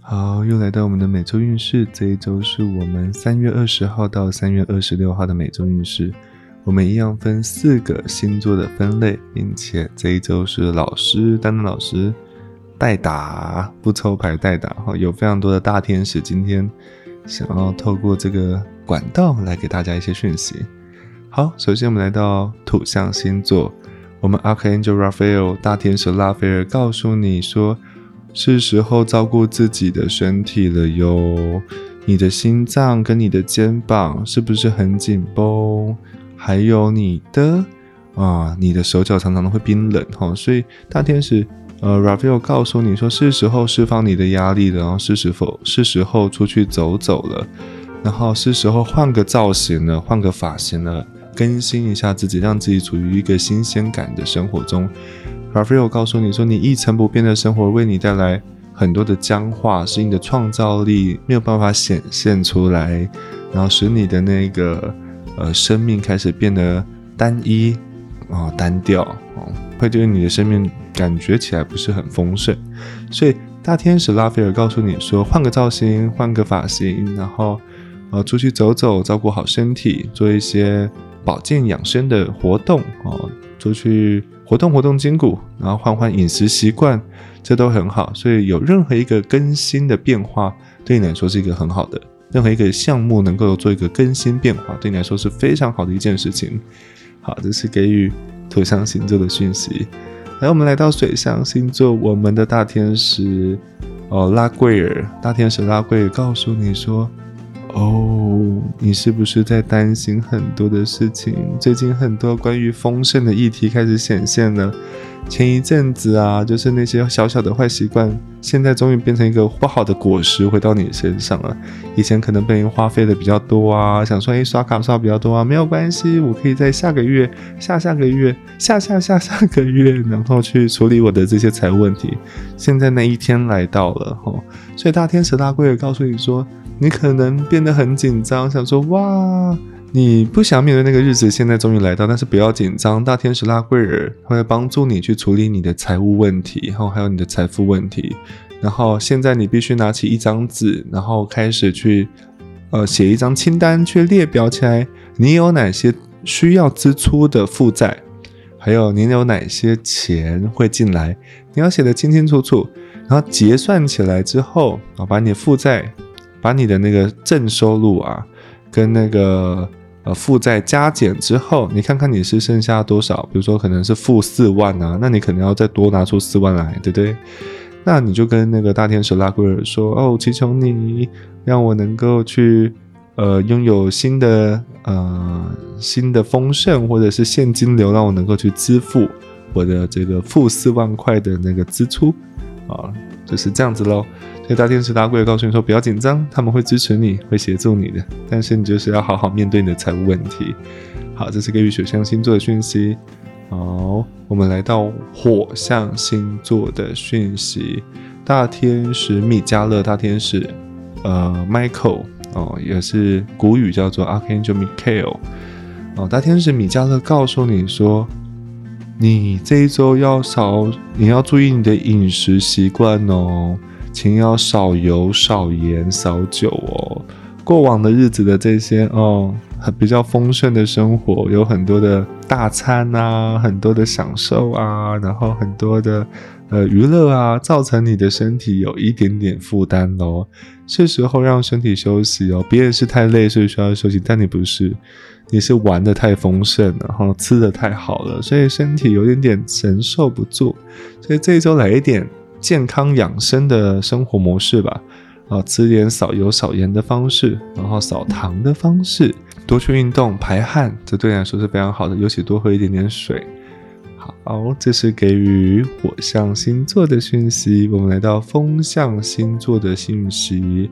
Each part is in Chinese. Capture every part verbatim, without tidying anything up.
好，又来到我们的每周运势，这一周是我们三月二十号到三月二十六号的每周运势。我们一样分四个星座的分类，并且这一周是老师丹丹老师代打，不抽牌代打，有非常多的大天使今天想要透过这个管道来给大家一些讯息。好，首先我们来到土象星座，我们 Archangel Raphael 大天使拉斐尔告诉你说，是时候照顾自己的身体了哟。你的心脏跟你的肩膀是不是很紧绷？还有你的啊，你的手脚常常都会冰冷哈，所以大天使呃 Raphael 告诉你说，是时候释放你的压力了，然后是时候是时候出去走走了，然后是时候换个造型了，换个发型了，更新一下自己，让自己处于一个新鲜感的生活中。Raphael 告诉你说，你一成不变的生活为你带来很多的僵化，使你的创造力没有办法显现出来，然后使你的那个呃生命开始变得单一、哦、单调、哦、会对你的生命感觉起来不是很丰盛。所以大天使拉斐尔告诉你说，换个造型，换个发型，然后呃出去走走，照顾好身体，做一些保健养生的活动、哦、出去活动活动筋骨，然后换换饮食习惯，这都很好。所以有任何一个更新的变化对你来说是一个很好的，任何一个项目能够做一个更新变化对你来说是非常好的一件事情。好，这是给予土象星座的讯息。来，我们来到水象星座，我们的大天使、哦、拉贵尔大天使拉贵尔告诉你说，哦，你是不是在担心很多的事情？最近很多关于丰盛的议题开始显现了。前一阵子啊，就是那些小小的坏习惯，现在终于变成一个不好的果实回到你身上了。以前可能被人花费的比较多啊，想说诶刷卡刷比较多啊，没有关系，我可以在下个月、下下个月、下下下下个月，然后去处理我的这些财务问题。现在那一天来到了、哦、所以大天使拉贵尔告诉你说，你可能变得很紧张，想说哇，你不想面对那个日子现在终于来到，但是不要紧张，大天使拉贵尔会帮助你去处理你的财务问题，然后还有你的财富问题。然后现在你必须拿起一张纸，然后开始去呃写一张清单，去列表起来你有哪些需要支出的负债，还有你有哪些钱会进来，你要写得清清楚楚。然后结算起来之后，把你的负债，把你的那个正收入啊跟那个呃负债加减之后，你看看你是剩下多少，比如说可能是负四万啊，那你可能要再多拿出四万来，对不对？那你就跟那个大天使拉贵尔说，哦，祈求你让我能够去呃拥有新的呃新的丰盛，或者是现金流，让我能够去支付我的这个负四万块的那个支出啊，就是这样子咯。所以大天使拉贵尔告诉你说，不要紧张，他们会支持你，会协助你的，但是你就是要好好面对你的财务问题。好，这是给予水象星座的讯息。好，我们来到火象星座的讯息。大天使米迦勒，大天使呃 Michael、哦、也是古语叫做 Archangel Michael、哦、大天使米迦勒告诉你说，你这一周要少，你要注意你的饮食习惯哦，请要少油、少盐、少酒哦。过往的日子的这些哦，比较丰盛的生活，有很多的大餐啊，很多的享受啊，然后很多的呃娱乐啊，造成你的身体有一点点负担咯。是时候让身体休息哦。别人是太累所以需要休息，但你不是，你是玩得太丰盛，然后吃得太好了，所以身体有点点承受不住。所以这一周来一点健康养生的生活模式吧。啊，吃点少油少盐的方式，然后少糖的方式，多去运动排汗，这对你来说是非常好的，尤其多喝一点点水。好，这是给予火象星座的讯息。我们来到风象星座的讯息。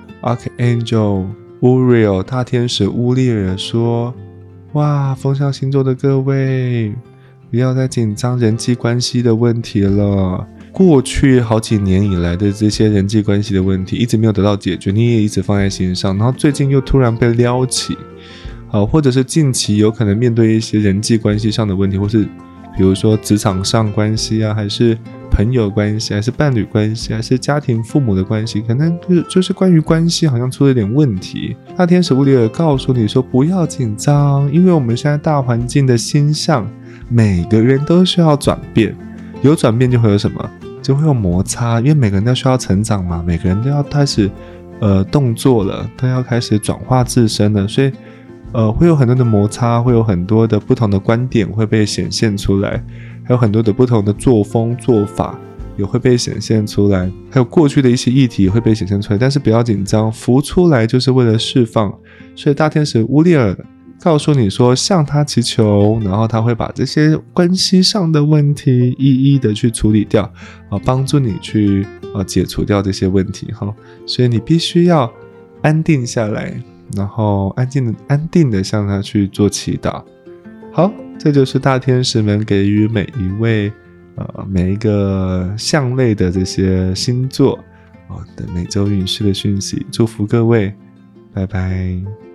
Archangel Uriel 大天使乌利尔说，哇，风象星座的各位不要再紧张人际关系的问题了。过去好几年以来的这些人际关系的问题一直没有得到解决，你也一直放在心上，然后最近又突然被撩起、呃、或者是近期有可能面对一些人际关系上的问题，或是比如说职场上关系啊，还是朋友关系，还是伴侣关系，还是家庭父母的关系，可能就就是关于关系好像出了点问题。大天使乌里尔告诉你说不要紧张，因为我们现在大环境的星象，每个人都需要转变，有转变就会有什么？就会有摩擦，因为每个人都需要成长嘛，每个人都要开始呃动作了，都要开始转化自身了，所以呃会有很多的摩擦，会有很多的不同的观点会被显现出来，还有很多的不同的作风做法也会被显现出来，还有过去的一些议题也会被显现出来，但是不要紧张，浮出来就是为了释放。所以大天使乌利尔告诉你说向他祈求，然后他会把这些关系上的问题一一的去处理掉，啊，帮助你去啊解除掉这些问题哈。所以你必须要安定下来，然后安静的安定的向他去做祈祷。好，这就是大天使们给予每一位呃每一个象类的这些星座啊的每周运势的讯息。祝福各位，拜拜。